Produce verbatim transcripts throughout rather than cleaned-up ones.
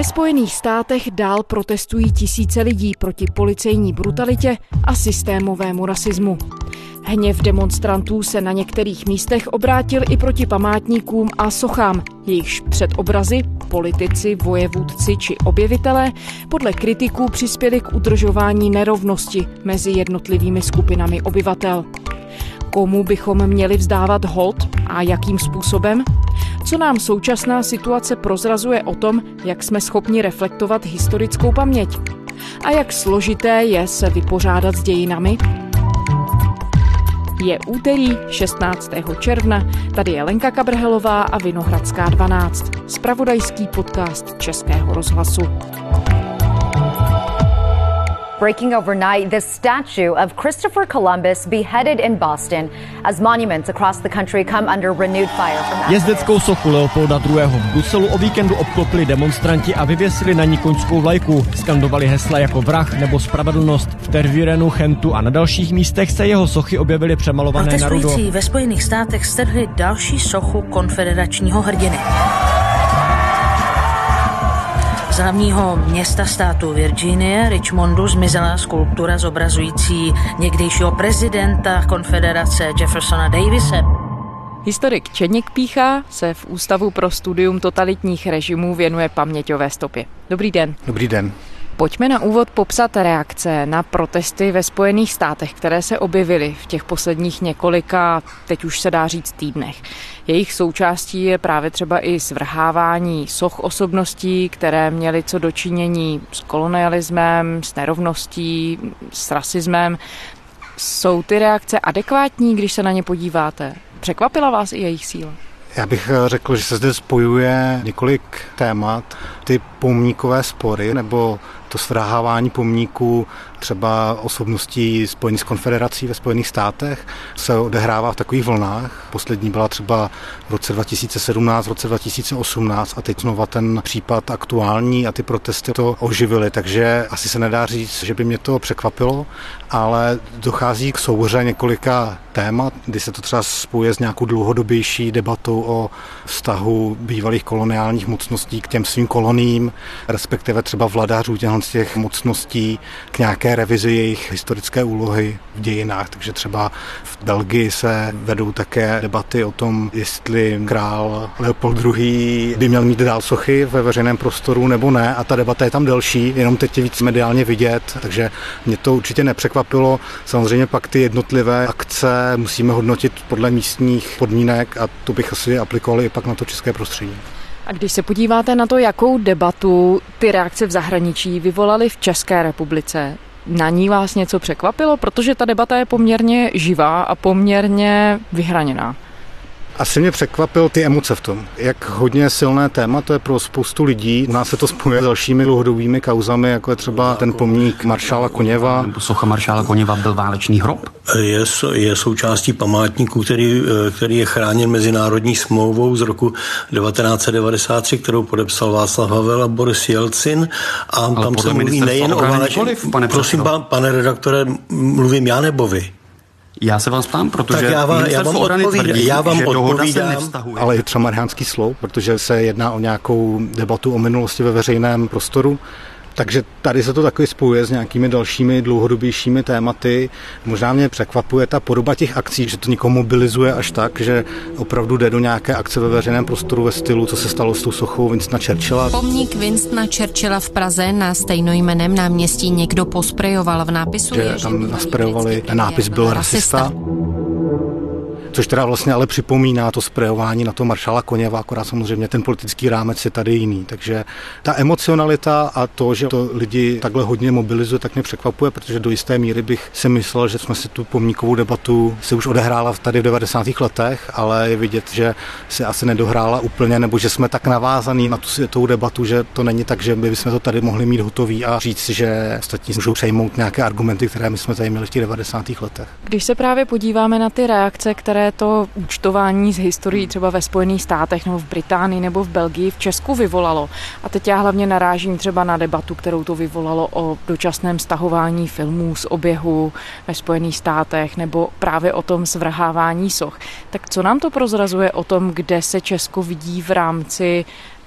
Spojených státech dál protestují tisíce lidí proti policejní brutalitě a systémovému rasismu. Hněv demonstrantů se na některých místech obrátil i proti památníkům a sochám, jejichž před obrazy politici, vojevůdci či objevitelé podle kritiků přispěli k udržování nerovnosti mezi jednotlivými skupinami obyvatel. Komu bychom měli vzdávat hold a jakým způsobem? Co nám současná situace prozrazuje o tom, jak jsme schopni reflektovat historickou paměť? A jak složité je se vypořádat s dějinami? Je úterý šestnáctého června, tady je Lenka Kabrhelová a Vinohradská dvanáct, zpravodajský podcast Českého rozhlasu. Breaking overnight, the statue of Christopher Columbus beheaded in Boston as monuments across the country come under renewed fire from Jezdeckou sochu Leopolda druhého. v Bruselu o víkendu obklopili demonstranti a vyvěsili na ní koňskou vlajku. Skandovali hesla jako vrah nebo spravedlnost. V Tervírenu, Chentu a na dalších místech se jeho sochy objevily přemalované na rudo. Protestující ve Spojených státech strhli další sochu konfederačního hrdiny. Z hlavního města státu Virginie, Richmondu, zmizela skulptura zobrazující někdejšího prezidenta konfederace Jeffersona Davise. Historik Čeněk Pýcha se v Ústavu pro studium totalitních režimů věnuje paměťové stopě. Dobrý den. Dobrý den. Pojďme na úvod popsat reakce na protesty ve Spojených státech, které se objevily v těch posledních několika, teď už se dá říct, týdnech. Jejich součástí je právě třeba i svrhávání soch osobností, které měly co dočinění s kolonialismem, s nerovností, s rasismem. Jsou ty reakce adekvátní, když se na ně podíváte? Překvapila vás i jejich síla? Já bych řekl, že se zde spojuje několik témat. Ty pomníkové spory nebo to svrhávání pomníků třeba osobností spojených s konfederací ve Spojených státech se odehrává v takových vlnách. Poslední byla třeba v roce dva tisíce sedmnáct, v roce dva tisíce osmnáct a teď znova ten případ aktuální a ty protesty to oživily, takže asi se nedá říct, že by mě to překvapilo, ale dochází k souhře několika témat, kdy se to třeba spojuje s nějakou dlouhodobější debatou o vztahu bývalých koloniálních mocností k těm svým koloniím, respektive třeba vladařů těch mocností k nějaké revizi jejich historické úlohy v dějinách. Takže třeba v Belgii se vedou také debaty o tom, jestli král Leopold druhý. by měl mít dál sochy ve veřejném prostoru nebo ne. A ta debata je tam delší, jenom teď je víc mediálně vidět, takže mě to určitě nepřekvapilo. Samozřejmě pak ty jednotlivé akce musíme hodnotit podle místních podmínek a to bych asi aplikoval i pak na to české prostředí. A když se podíváte na to, jakou debatu ty reakce v zahraničí vyvolaly v České republice, na ní vás něco překvapilo? Protože ta debata je poměrně živá a poměrně vyhraněná. Asi mě překvapil ty emoce v tom, jak hodně silné téma to je pro spoustu lidí. U nás se to spojuje s dalšími dlouhodobými kauzami, jako je třeba ten pomník maršála Koněva. Nebo socha maršála Koněva byl válečný hrob? Je, je součástí památníku, který, který je chráněn mezinárodní smlouvou z roku devatenáct set devadesát tři, kterou podepsal Václav Havel a Boris Jelcin. A ale tam se mluví nejen o válečném. Prosím, pa, pane redaktore, mluvím já nebo vy? Já se vás ptám, protože tak já vám, já vám odpovídám, já vám odpovídám. Ale je třeba mariánský slov, protože se jedná o nějakou debatu o minulosti ve veřejném prostoru. Takže tady se to taky spojuje s nějakými dalšími dlouhodobějšími tématy. Možná mě překvapuje ta podoba těch akcí, že to někoho mobilizuje až tak, že opravdu jde do nějaké akce ve veřejném prostoru ve stylu, co se stalo s tou sochou Winstona Churchilla. Pomník Winstona Churchilla v Praze na stejnojmenném náměstí někdo posprejoval v nápisu. Že tam nasprejovali, nápis byl rasista. rasista. Což teda vlastně ale připomíná to sprejování na to maršála Koněva, akorát samozřejmě ten politický rámec je tady jiný. Takže ta emocionalita a to, že to lidi takhle hodně mobilizuje, tak mě překvapuje, protože do jisté míry bych si myslel, že jsme si tu pomníkovou debatu se už odehrála tady v devadesátých letech, ale je vidět, že se asi nedohrála úplně, nebo že jsme tak navázaný na tu světovou debatu, že to není tak, že by jsme to tady mohli mít hotový a říct, že ostatní můžou přejmout nějaké argumenty, které my jsme tady měli v těch devadesátých letech. Když se právě podíváme na ty reakce, které to účtování z historií třeba ve Spojených státech nebo v Británii nebo v Belgii v Česku vyvolalo. A teď já hlavně narážím třeba na debatu, kterou to vyvolalo o dočasném stahování filmů z oběhu ve Spojených státech nebo právě o tom svrhávání soch. Tak co nám to prozrazuje o tom, kde se Česko vidí v rámci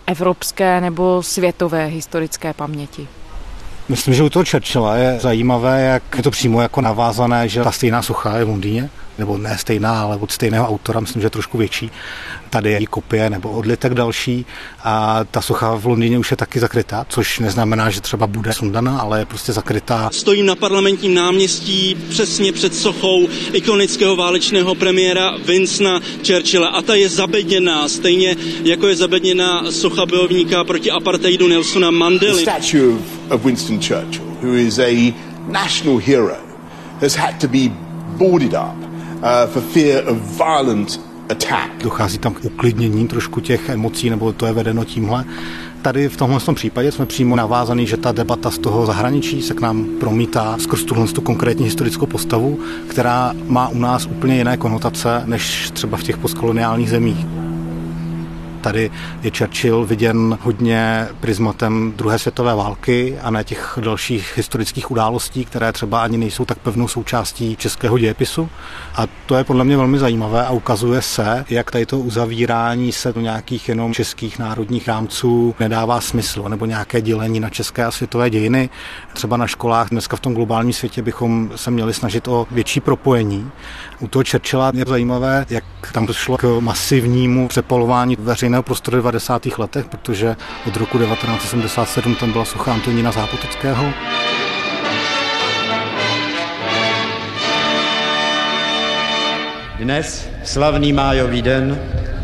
evropské nebo světové historické paměti? Myslím, že u toho Churchilla je zajímavé, jak je to přímo jako navázané, že ta stejná socha je v Londýně, nebo ne stejná, ale od stejného autora, myslím, že trošku větší. Tady je kopie nebo odlitek další a ta socha v Londýně už je taky zakrytá, což neznamená, že třeba bude sundaná, ale je prostě zakrytá. Stojím na Parlamentním náměstí přesně před sochou ikonického válečného premiéra Winstona Churchilla a ta je zabedněná, stejně jako je zabedněná socha bojovníka proti apartheidu Nelsona Mandely. The statue of Winston Churchill, who is a national hero, has had to be boarded up Uh, for fear of violent attack. Dochází tam k uklidnění trošku těch emocí, nebo to je vedeno tímhle. Tady v tomhle případě jsme přímo navázaný, že ta debata z toho zahraničí se k nám promítá skrz tuhle tu konkrétní historickou postavu, která má u nás úplně jiné konotace, než třeba v těch postkoloniálních zemích. Tady je Churchill viděn hodně prismatem druhé světové války a ne těch dalších historických událostí, které třeba ani nejsou tak pevnou součástí českého dějepisu. A to je podle mě velmi zajímavé a ukazuje se, jak tady to uzavírání se do nějakých jenom českých národních rámců nedává smysl, nebo nějaké dělení na české a světové dějiny. Třeba na školách dneska v tom globálním světě bychom se měli snažit o větší propojení. U toho Churchilla je zajímavé, jak tam došlo k masivnímu přepalování veřejného prostoru v devadesátých letech, protože od roku devatenáct set sedmdesát sedm tam byla socha Antonína Zápotockého. Dnes, slavný májový den,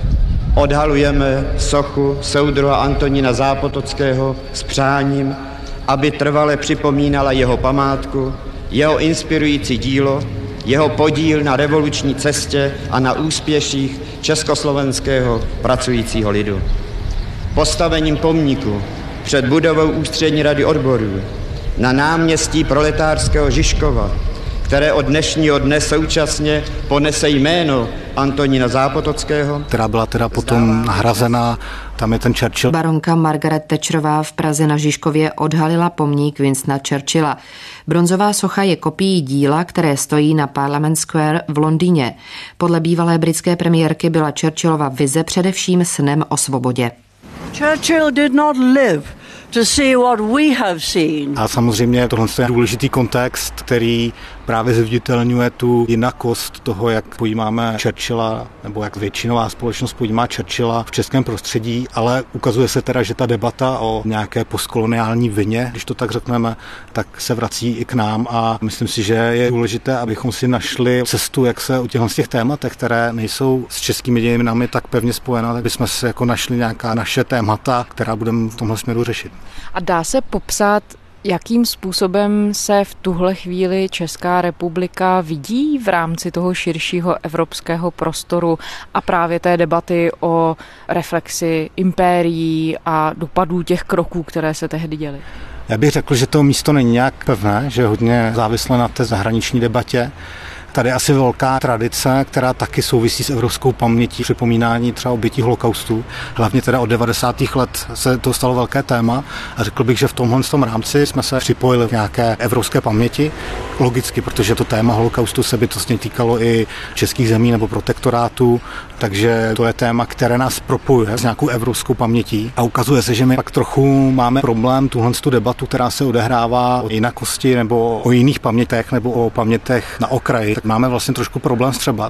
odhalujeme sochu soudruha Antonína Zápotockého s přáním, aby trvale připomínala jeho památku, jeho inspirující dílo, jeho podíl na revoluční cestě a na úspěších československého pracujícího lidu. Postavením pomníku před budovou Ústřední rady odborů na náměstí proletářského Žižkova, které od dnešního dne současně ponese jméno Antonína Zápotockého, která byla teda potom nahrazena, tam je ten Churchill. Baronka Margaret Thatcherová v Praze na Žižkově odhalila pomník Winstona Churchilla. Bronzová socha je kopií díla, které stojí na Parliament Square v Londýně. Podle bývalé britské premiérky byla Churchillova vize především snem o svobodě. Churchill did not live to see what we have seen. A samozřejmě tohle je důležitý kontext, který právě zviditelňuje tu jinakost toho, jak pojímáme Churchilla, nebo jak většinová společnost pojímá Churchilla v českém prostředí, ale ukazuje se teda, že ta debata o nějaké postkoloniální vině, když to tak řekneme, tak se vrací i k nám a myslím si, že je důležité, abychom si našli cestu, jak se o těchto těch tématech, které nejsou s českými dějinami tak pevně spojená, tak bychom si jako našli nějaká naše témata, která budeme v tomhle směru řešit. A dá se popsat, jakým způsobem se v tuhle chvíli Česká republika vidí v rámci toho širšího evropského prostoru a právě té debaty o reflexi impérií a dopadů těch kroků, které se tehdy děly? Já bych řekl, že to místo není nějak pevné, že je hodně závislé na té zahraniční debatě. Tady asi velká tradice, která taky souvisí s evropskou pamětí, připomínání třeba obětí holokaustu. Hlavně teda od devadesátých let se to stalo velké téma a řekl bych, že v tomhle tom rámci jsme se připojili k nějaké evropské paměti. Logicky, protože to téma holokaustu se bytostně týkalo i českých zemí nebo protektorátů, takže to je téma, které nás propojuje s nějakou evropskou pamětí. A ukazuje se, že my tak trochu máme problém tuhle tu debatu, která se odehrává o jinakosti nebo o jiných pamětech nebo o pamětech na okraji. Máme vlastně trošku problém střebat.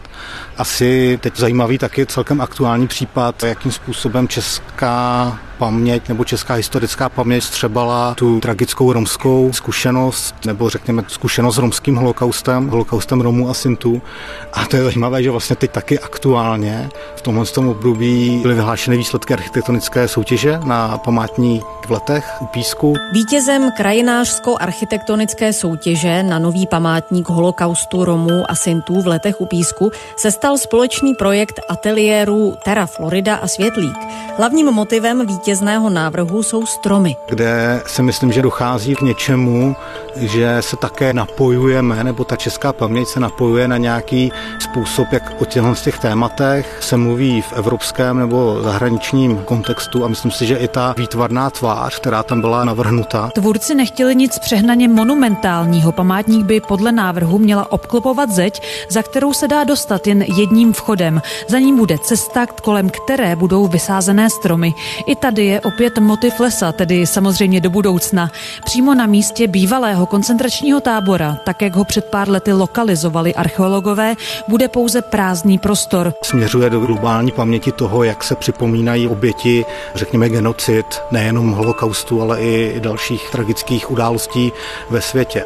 Asi teď zajímavý taky celkem aktuální případ, jakým způsobem česká paměť nebo česká historická paměť střebala tu tragickou romskou zkušenost, nebo řekněme zkušenost s romským holokaustem, holokaustem Romů a Sintů. A to je zajímavé, že vlastně teď taky aktuálně v tomhle tom období byly vyhlášeny výsledky architektonické soutěže na památník v Letech u Písku. Vítězem krajinářsko-architektonické soutěže na nový památník holokaustu Romů a Sintů v Letech u Písku se stal společný projekt ateliérů Terra Florida a Světlík. Hlavním motivem vítězného návrhu jsou stromy. Kde si myslím, že dochází k něčemu, že se také napojujeme, nebo ta česká paměť se napojuje na nějaký způsob, jak o těchto těch tématech se mluví v evropském nebo zahraničním kontextu a myslím si, že i ta výtvarná tvář, která tam byla navrhnuta. Tvůrci nechtěli nic přehnaně monumentálního. Památník by podle návrhu měla obklopovat zeď, za kterou se dá dostat jen jedním vchodem. Za ním bude cesta, kolem které budou vysázené stromy. I ta parády je opět motiv lesa, tedy samozřejmě do budoucna. Přímo na místě bývalého koncentračního tábora, tak jak ho před pár lety lokalizovali archeologové, bude pouze prázdný prostor. Směřuje do globální paměti toho, jak se připomínají oběti, řekněme genocid, nejenom holokaustu, ale i dalších tragických událostí ve světě.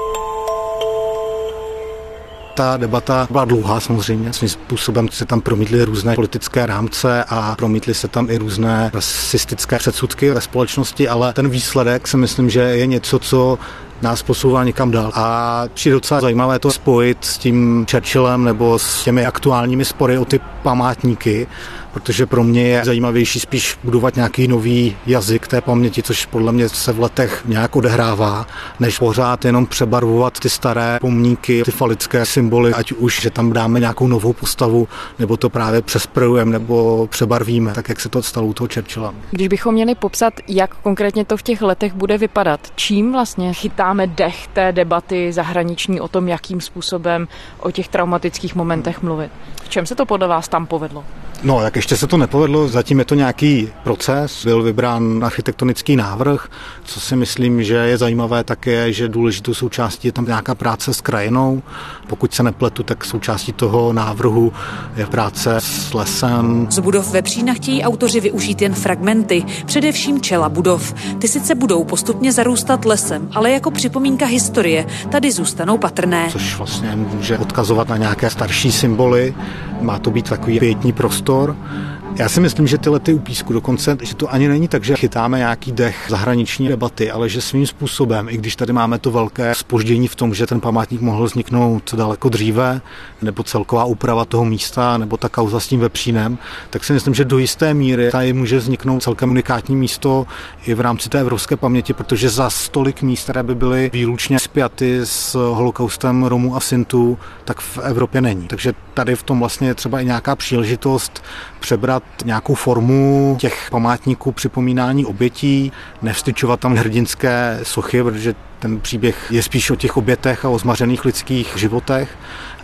Ta debata byla dlouhá samozřejmě, svým způsobem se tam promítly různé politické rámce a promítly se tam i různé rasistické předsudky ve společnosti, ale ten výsledek si myslím, že je něco, co nás posouvá někam dál. A přijde docela zajímavé to spojit s tím Churchillem nebo s těmi aktuálními spory o ty památníky, protože pro mě je zajímavější spíš budovat nějaký nový jazyk té paměti, což podle mě se v letech nějak odehrává, než pořád jenom přebarvovat ty staré pomníky, ty falické symboly, ať už, že tam dáme nějakou novou postavu, nebo to právě přesprejujeme nebo přebarvíme, tak jak se to stalo u toho Churchilla. Když bychom měli popsat, jak konkrétně to v těch letech bude vypadat, čím vlastně chytáme dech té debaty zahraniční o tom, jakým způsobem o těch traumatických momentech mluvit. V čem se to podle vás tam povedlo? No, jak ještě se to nepovedlo, zatím je to nějaký proces, byl vybrán architektonický návrh, co si myslím, že je zajímavé také, že důležitou součástí je tam nějaká práce s krajinou. Pokud se nepletu, tak součástí toho návrhu je práce s lesem. Z budov Vepřína chtějí autoři využít jen fragmenty, především čela budov. Ty sice budou postupně zarůstat lesem, ale jako připomínka historie tady zůstanou patrné. Což vlastně může odkazovat na nějaké starší symboly, má to být takový pietní prostor. Já si myslím, že ty lety u Písku dokonce, že to ani není tak, že chytáme nějaký dech zahraniční debaty, ale že svým způsobem, i když tady máme to velké zpoždění v tom, že ten památník mohl vzniknout daleko dříve, nebo celková úprava toho místa, nebo ta kauza s tím Vepřínem, tak si myslím, že do jisté míry tady může vzniknout celkem unikátní místo i v rámci té evropské paměti, protože za stolik míst, které by byly výlučně spjaty s holokaustem Romů a Sintů, tak v Evropě není. Takže tady v tom vlastně je třeba i nějaká příležitost přebrat nějakou formu těch památníků připomínání obětí, nevstyčovat tam hrdinské sochy, protože ten příběh je spíš o těch obětech a o zmařených lidských životech,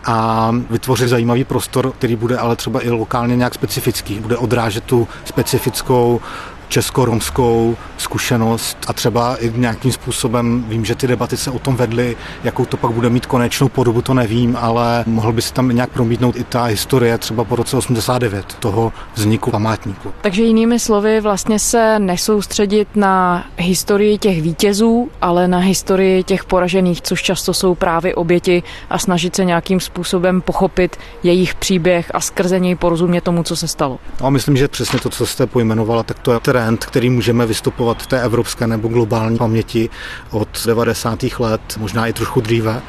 a vytvořit zajímavý prostor, který bude ale třeba i lokálně nějak specifický, bude odrážet tu specifickou česko-romskou zkušenost a třeba i nějakým způsobem, vím, že ty debaty se o tom vedly, jakou to pak bude mít konečnou podobu, to nevím, ale mohl by se tam nějak promítnout i ta historie třeba po roce osmdesát devět, toho vzniku památníku. Takže jinými slovy vlastně se nesoustředit na historii těch vítězů, ale na historii těch poražených, což často jsou právě oběti, a snažit se nějakým způsobem pochopit jejich příběh a skrze něj porozumět tomu, co se stalo. A myslím, že přesně to, co jste pojmenovala, tak to je trend, který můžeme vystupovat v té evropské nebo globální paměti od devadesátých let, možná i trochu dříve.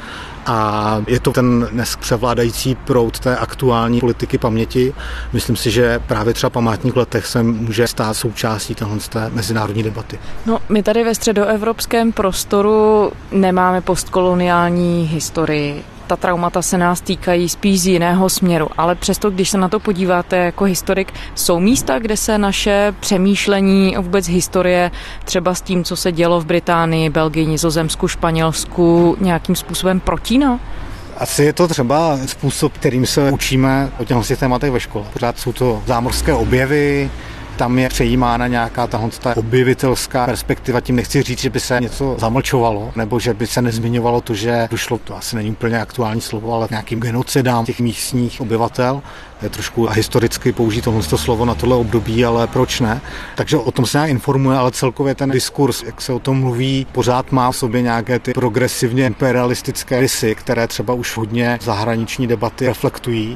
A je to ten dnes převládající proud té aktuální politiky paměti. Myslím si, že právě třeba památník v letech se může stát součástí téhle mezinárodní debaty. No, my tady ve středoevropském prostoru nemáme postkoloniální historii. Ta traumata se nás týkají spíš z jiného směru, ale přesto, když se na to podíváte jako historik, jsou místa, kde se naše přemýšlení o vůbec historie, třeba s tím, co se dělo v Británii, Belgii, Nizozemsku, Španělsku, nějakým způsobem protíná? Asi je to třeba způsob, kterým se učíme o těchto tématech ve škole. Pořád jsou to zámořské objevy, tam je přejímána nějaká tahle objevitelská perspektiva. Tím nechci říct, že by se něco zamlčovalo, nebo že by se nezmiňovalo to, že došlo, to asi není úplně aktuální slovo, ale nějakým genocidám těch místních obyvatel. Je trošku historicky použít tohle slovo na tohle období, ale proč ne? Takže o tom se nějak informuje, ale celkově ten diskurs, jak se o tom mluví, pořád má v sobě nějaké ty progresivně imperialistické rysy, které třeba už hodně zahraniční debaty reflektují.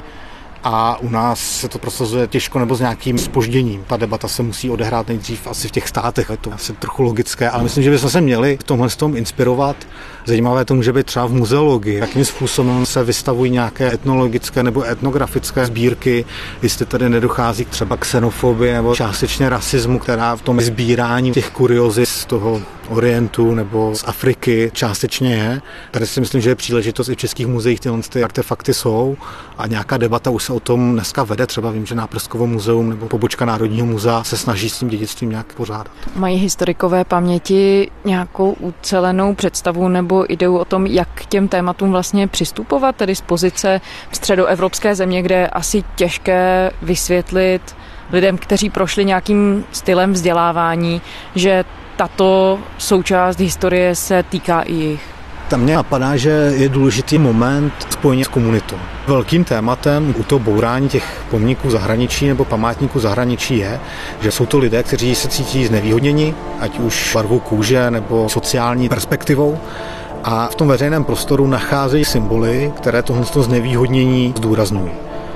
A u nás se to prosazuje těžko nebo s nějakým zpožděním. Ta debata se musí odehrát nejdřív asi v těch státech. Je to asi trochu logické, ale myslím, že bychom se měli v tomhle s tom inspirovat. Zajímavé to může být třeba v muzeologii. Jakým způsobem se vystavují nějaké etnologické nebo etnografické sbírky, jestli tady nedochází třeba k xenofobii nebo částečně rasismu, která v tom sbírání těch kuriozit z toho Orientu nebo z Afriky částečně je. Tady si myslím, že je příležitost i v českých muzeích tyhle ty artefakty jsou a nějaká debata už se o tom dneska vede, třeba vím, že Náprskovo muzeum nebo pobočka Národního muzea se snaží s tím dědictvím nějak pořádat. Mají historikové paměti nějakou ucelenou představu nebo ideu o tom, jak k těm tématům vlastně přistupovat, tedy z pozice středoevropské země, kde je asi těžké vysvětlit lidem, kteří prošli nějakým stylem vzdělávání, že tato součást historie se týká i jich? Tam mě napadá, že je důležitý moment spojení s komunitou. Velkým tématem u toho bourání těch pomníků zahraničí nebo památníků zahraničí je, že jsou to lidé, kteří se cítí znevýhodněni, ať už barvou kůže nebo sociální perspektivou. A v tom veřejném prostoru nacházejí symboly, které tohle znevýhodnění zdůrazňují.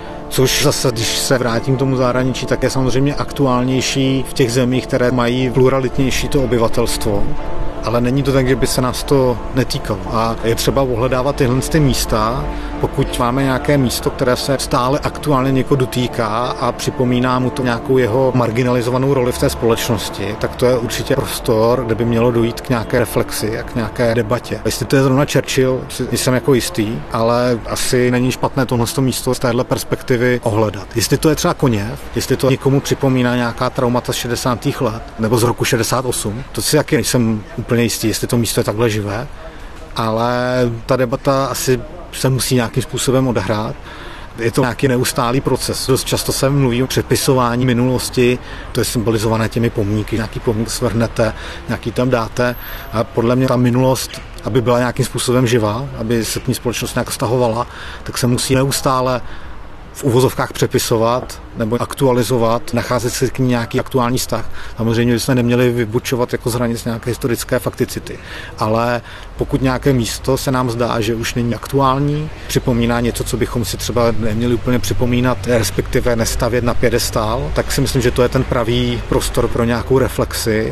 Což zase, když se vrátím k tomu zahraničí, tak je samozřejmě aktuálnější v těch zemích, které mají pluralitnější to obyvatelstvo. Ale není to tak, že by se nás to netýkalo. A je třeba ohledávat tyhle ty místa, pokud máme nějaké místo, které se stále aktuálně někoho dotýká a připomíná mu to nějakou jeho marginalizovanou roli v té společnosti, tak to je určitě prostor, kde by mělo dojít k nějaké reflexi a k nějaké debatě. Jestli to je zrovna Churchill, jsem jako jistý, ale asi není špatné tohle místo z téhle perspektivy ohledat. Jestli to je třeba Koněv, jestli to někomu připomíná nějaká traumata z šedesátých let nebo z roku šedesát osm, to si taky nejsem úplně jistý, jestli to místo je takhle živé, ale ta debata asi se musí nějakým způsobem odehrát. Je to nějaký neustálý proces. Dost často se mluví o přepisování minulosti, to je symbolizované těmi pomníky. Nějaký pomník svrhnete, nějaký tam dáte a podle mě ta minulost, aby byla nějakým způsobem živá, aby se k ní společnost nějak stahovala, tak se musí neustále v uvozovkách přepisovat nebo aktualizovat, nacházet si k ní nějaký aktuální vztah. Samozřejmě bychom neměli vybučovat jako z hranic nějaké historické fakticity, ale pokud nějaké místo se nám zdá, že už není aktuální, připomíná něco, co bychom si třeba neměli úplně připomínat, respektive nestavět na piedestál, tak si myslím, že to je ten pravý prostor pro nějakou reflexi.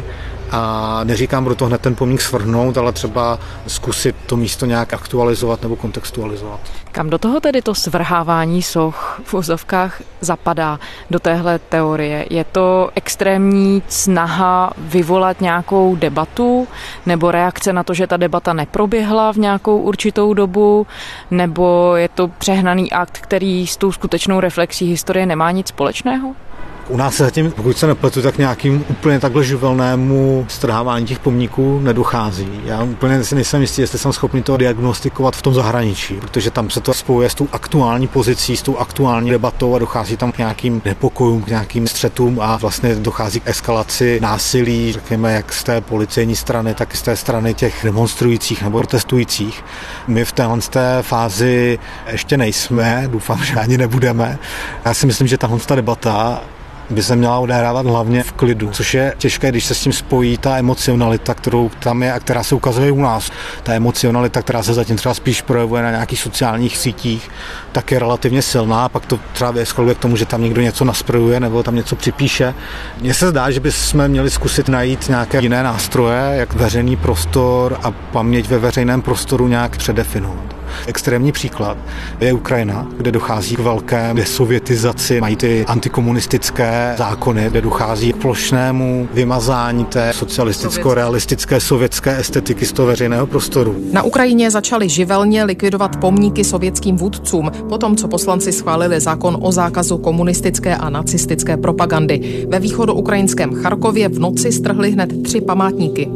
A neříkám do toho hned ten pomník svrhnout, ale třeba zkusit to místo nějak aktualizovat nebo kontextualizovat. Kam do toho tedy to svrhávání soch v uvozovkách zapadá do téhle teorie? Je to extrémní snaha vyvolat nějakou debatu nebo reakce na to, že ta debata neproběhla v nějakou určitou dobu, nebo je to přehnaný akt, který s tou skutečnou reflexí historie nemá nic společného? U nás se zatím, pokud se nepletu, tak nějakým úplně takhle živelnému strhávání těch pomníků nedochází. Já úplně si nejsem jistý, jestli jsem schopný to diagnostikovat v tom zahraničí, protože tam se to spojuje s tou aktuální pozicí, s tou aktuální debatou a dochází tam k nějakým nepokojům, k nějakým střetům a vlastně dochází k eskalaci násilí, řekněme, jak z té policejní strany, tak i z té strany těch demonstrujících nebo protestujících. My v téhle té fázi ještě nejsme, doufám, že ani nebudeme. Já si myslím, že tahle debata by se měla odehrávat hlavně v klidu, což je těžké, když se s tím spojí ta emocionalita, kterou tam je a která se ukazuje u nás. Ta emocionalita, která se zatím třeba spíš projevuje na nějakých sociálních sítích, tak je relativně silná a pak to třeba vyeskaluje k tomu, že tam někdo něco nasprojuje nebo tam něco připíše. Mně se zdá, že bychom měli zkusit najít nějaké jiné nástroje, jak veřejný prostor a paměť ve veřejném prostoru nějak předefinovat. Extrémní příklad je Ukrajina, kde dochází k velké desovětizaci, mají ty antikomunistické zákony, kde dochází k plošnému vymazání té socialisticko-realistické sovětské estetiky z toho veřejného prostoru. Na Ukrajině začali živelně likvidovat pomníky sovětským vůdcům, potom co poslanci schválili zákon o zákazu komunistické a nacistické propagandy. Ve východoukrajinském Charkově v noci strhli hned tři památníky.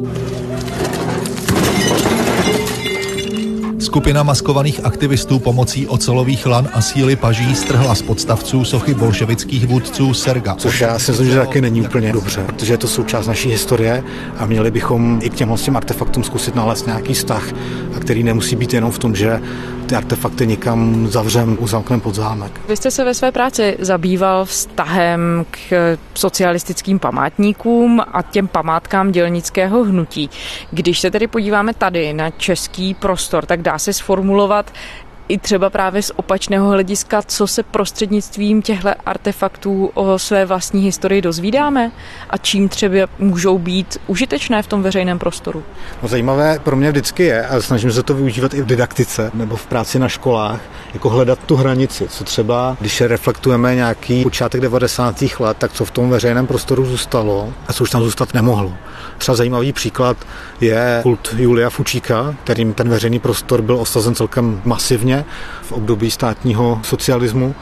Skupina maskovaných aktivistů pomocí ocelových lan a síly paží strhla z podstavců sochy bolševických vůdců Serga. Což já si myslím, že taky není úplně dobře, protože je to součást naší historie a měli bychom i k těmhle těm artefaktům zkusit nalézt nějaký vztah, a který nemusí být jenom v tom, že ty artefakty někam zavřem, uzamknem pod zámek. Vy jste se ve své práci zabýval vztahem k socialistickým památníkům a těm památkám dělnického hnutí. Když se tedy podíváme tady na český prostor, tak dá se sformulovat i třeba právě z opačného hlediska, co se prostřednictvím těchto artefaktů o své vlastní historii dozvídáme a čím třeba můžou být užitečné v tom veřejném prostoru. No, zajímavé pro mě vždycky je, a snažím se to využívat i v didaktice nebo v práci na školách, jako hledat tu hranici, co třeba, když reflektujeme nějaký počátek devadesátých let, tak co v tom veřejném prostoru zůstalo a co už tam zůstat nemohlo. Třeba zajímavý příklad je kult Julia Fučíka, kterým ten veřejný prostor byl osazen celkem masivně v období státního socialismu.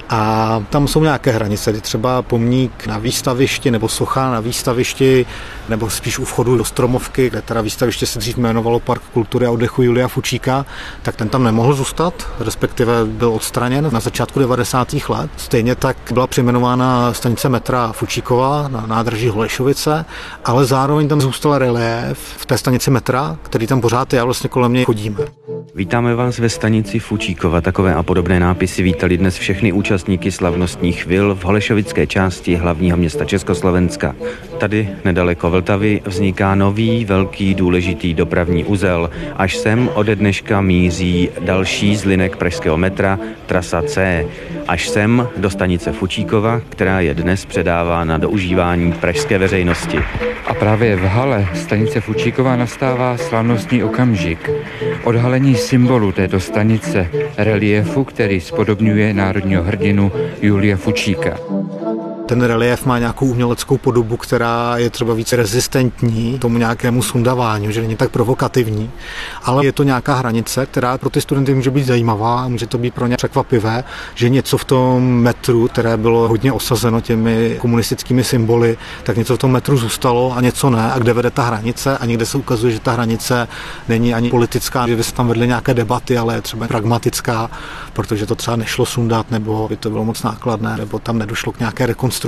A tam jsou nějaké hranice, třeba pomník na výstavišti nebo socha na výstavišti, nebo spíš u vchodu do Stromovky, kde teda výstaviště se dřív jmenovalo Park kultury a oddechu Julia Fučíka, tak ten tam nemohl zůstat, respektive byl odstraněn na začátku devadesátých let. Stejně tak byla přejmenována stanice metra Fučíkova na nádraží Holešovice, ale zároveň tam zůstal reliéf v té stanici metra, který tam pořád je a vlastně kolem něj chodíme. Vítáme vás ve stanici Fučíkova. Takové a podobné nápisy vítali dnes všechny účastníky slavnostních chvil v holešovické části hlavního města Československa. Tady, nedaleko Vltavy, vzniká nový, velký, důležitý dopravní uzel. Až sem ode dneška míří další z linek pražského metra, trasa C. Až sem do stanice Fučíkova, která je dnes předávána do užívání pražské veřejnosti. A právě v hale stanice Fučíkova nastává slavnostní okamžik. Odhalení symbolu této stanice, reliéfu, který spodobňuje národního hrdinu Julia Fučíka. Ten reliéf má nějakou uměleckou podobu, která je třeba víc rezistentní tomu nějakému sundavání, že není tak provokativní, ale je to nějaká hranice, která pro ty studenty může být zajímavá a může to být pro ně překvapivé, že něco v tom metru, které bylo hodně osazeno těmi komunistickými symboly, tak něco v tom metru zůstalo a něco ne. A kde vede ta hranice? A někde se ukazuje, že ta hranice není ani politická, že by se tam vedly nějaké debaty, ale je třeba pragmatická, protože to třeba nešlo sundat, nebo by to bylo moc nákladné, nebo tam nedošlo k nějaké rekonstrukci.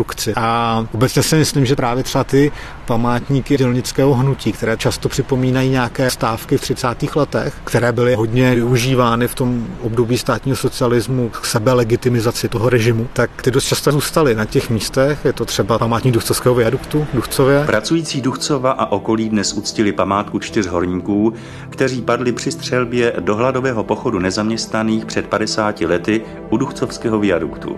A obecně si myslím, že právě třeba ty památníky dělnického hnutí, které často připomínají nějaké stávky v třicátých letech, které byly hodně využívány v tom období státního socialismu k sebelegitimizaci toho režimu, tak ty dost často zůstaly na těch místech. Je to třeba památník Duchcovského viaduktu v Duchcově. Pracující Duchcova a okolí dnes uctili památku čtyř horníků, kteří padli při střelbě do hladového pochodu nezaměstnaných před padesáti lety u Duchcovského viaduktu.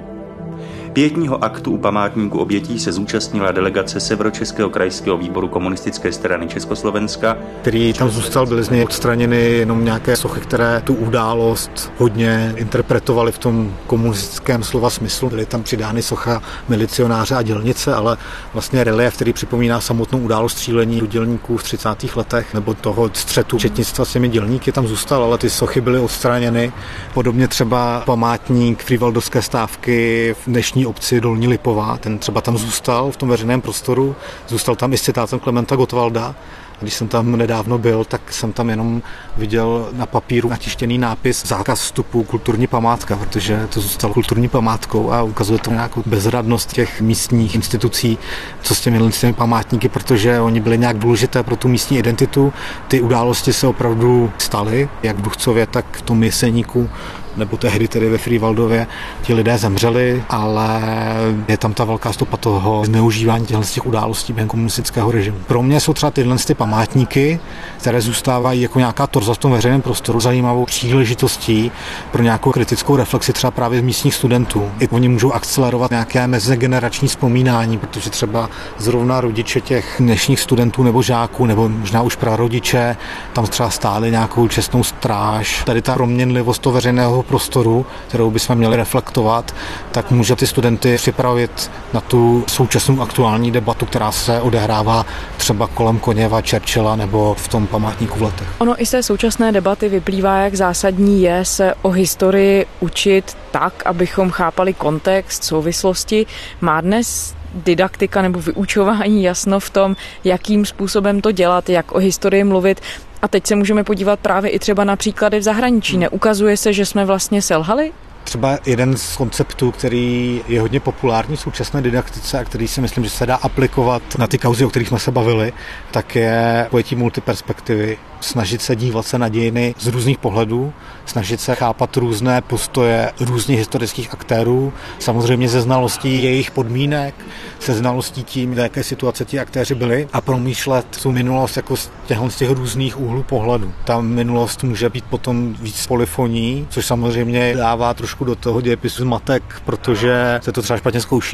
Pětního aktu u památníku obětí se zúčastnila delegace Severočeského krajského výboru komunistické strany Československa, který tam zůstal, byly z něj odstraněny jenom nějaké sochy, které tu událost hodně interpretovaly v tom komunistickém slova smyslu. Byly tam přidány socha milicionáře a dělnice, ale vlastně reliéf, který připomíná samotnou událost střílení do dělníků v třicátých letech nebo toho střetu četnictva s těmi dělníky tam zůstal, ale ty sochy byly odstraněny. Podobně třeba památník Frývaldovské stávky v dnešní obci Dolní Lipová, ten třeba tam zůstal v tom veřejném prostoru, zůstal tam i s citátem Klementa Gottwalda. Když jsem tam nedávno byl, tak jsem tam jenom viděl na papíru natištěný nápis zákaz vstupu kulturní památka, protože to zůstalo kulturní památkou a ukazuje to nějakou bezradnost těch místních institucí, co s těmi, s těmi památníky, protože oni byli nějak důležité pro tu místní identitu. Ty události se opravdu staly, jak v Duchcově, tak v tom Jeseníku, nebo tehdy tedy ve Frývaldově, ti lidé zemřeli, ale je tam ta velká stopa toho zneužívání těch událostí během komunistického režimu. Pro mě jsou třeba tyhle ty památníky, které zůstávají jako nějaká torza v tom veřejném prostoru, zajímavou příležitostí pro nějakou kritickou reflexi třeba právě z místních studentů. I oni můžou akcelerovat nějaké mezigenerační vzpomínání, protože třeba zrovna rodiče těch dnešních studentů nebo žáků, nebo možná už prarodiče, tam třeba stáli nějakou čestnou stráž. Tady ta proměnlivost toho veřejného prostoru, kterou bychom měli reflektovat, tak může ty studenty připravit na tu současnou aktuální debatu, která se odehrává třeba kolem Koněva, Churchilla nebo v tom památníku v Letech. Ono i z té současné debaty vyplývá, jak zásadní je se o historii učit tak, abychom chápali kontext, souvislosti. Má dnes didaktika nebo vyučování jasno v tom, jakým způsobem to dělat, jak o historii mluvit. A teď se můžeme podívat právě i třeba na příklady v zahraničí. Neukazuje se, že jsme vlastně selhali? Třeba jeden z konceptů, který je hodně populární v současné didaktice a který si myslím, že se dá aplikovat na ty kauzy, o kterých jsme se bavili, tak je pojetí multiperspektivy. Snažit se dívat se na dějiny z různých pohledů, snažit se chápat různé postoje různých historických aktérů, samozřejmě ze znalostí jejich podmínek, se znalostí tím, v jaké situace ti aktéři byli a promýšlet tu minulost jako z těchto z těch různých úhlů pohledu. Ta minulost může být potom víc polyfoní, což samozřejmě dává trošku do toho dějepisu zmatek, protože se to třeba špatně zkouší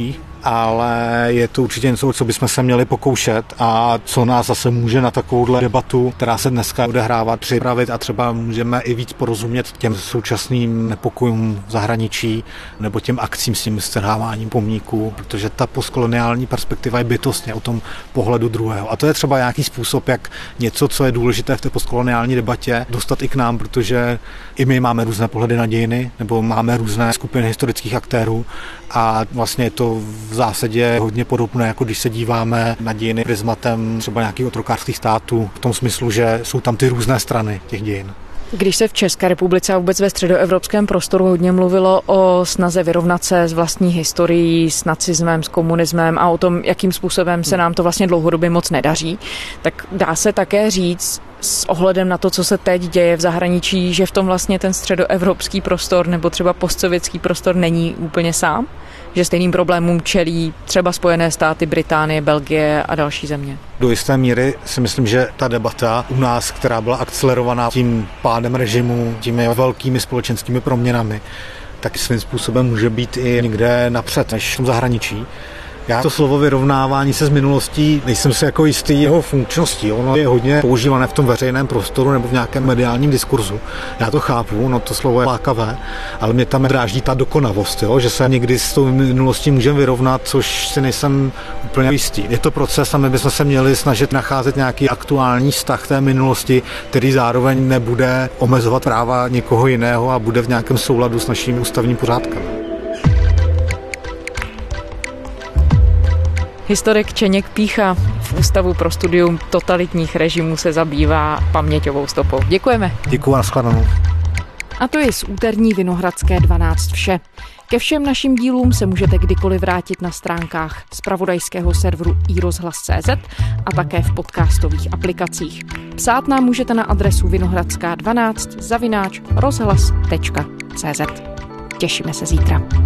ale je to určitě něco, co bychom se měli pokoušet a co nás zase může na takovouhle debatu, která se dneska odehrává, připravit a třeba můžeme i víc porozumět těm současným nepokojům v zahraničí nebo těm akcím s tím strháváním pomníků, protože ta postkoloniální perspektiva je bytostně o tom pohledu druhého. A to je třeba nějaký způsob, jak něco, co je důležité v té postkoloniální debatě, dostat i k nám, protože i my máme různé pohledy na dějiny nebo máme různé skupiny historických aktérů a vlastně je to v zásadě hodně podobné, jako když se díváme na dějiny prismatem třeba nějakých otrokářských států, v tom smyslu, že jsou tam ty různé strany těch dějin. Když se v České republice a vůbec ve středoevropském prostoru hodně mluvilo o snaze vyrovnat se s vlastní historií, s nacismem, s komunismem a o tom, jakým způsobem se nám to vlastně dlouhodobě moc nedaří, tak dá se také říct s ohledem na to, co se teď děje v zahraničí, že v tom vlastně ten středoevropský prostor nebo třeba postsovětský prostor není úplně sám? Že stejným problémům čelí třeba Spojené státy, Británie, Belgie a další země? Do jisté míry si myslím, že ta debata u nás, která byla akcelerovaná tím pádem režimu, těmi velkými společenskými proměnami, tak svým způsobem může být i někde napřed než v tom zahraničí. Já to slovo vyrovnávání se s minulostí nejsem si jako jistý jeho funkčností. Ono je hodně používané v tom veřejném prostoru nebo v nějakém mediálním diskurzu. Já to chápu, no to slovo je lákavé, ale mě tam dráždí ta dokonavost, jo? Že se někdy s tou minulostí můžeme vyrovnat, což si nejsem úplně jistý. Je to proces a my bychom se měli snažit nacházet nějaký aktuální vztah té minulosti, který zároveň nebude omezovat práva někoho jiného a bude v nějakém souladu s naším ústavním pořádkem. Historik Čeněk Pýcha v Ústavu pro studium totalitních režimů se zabývá paměťovou stopou. Děkujeme. Děkuji a nashledanou. A to je z úterní Vinohradské dvanáct vše. Ke všem našim dílům se můžete kdykoliv vrátit na stránkách zpravodajského serveru i rozhlas tečka cé zet a také v podcastových aplikacích. Psát nám můžete na adresu vinohradská dvanáct zavináč rozhlas tečka cé zet. Těšíme se zítra.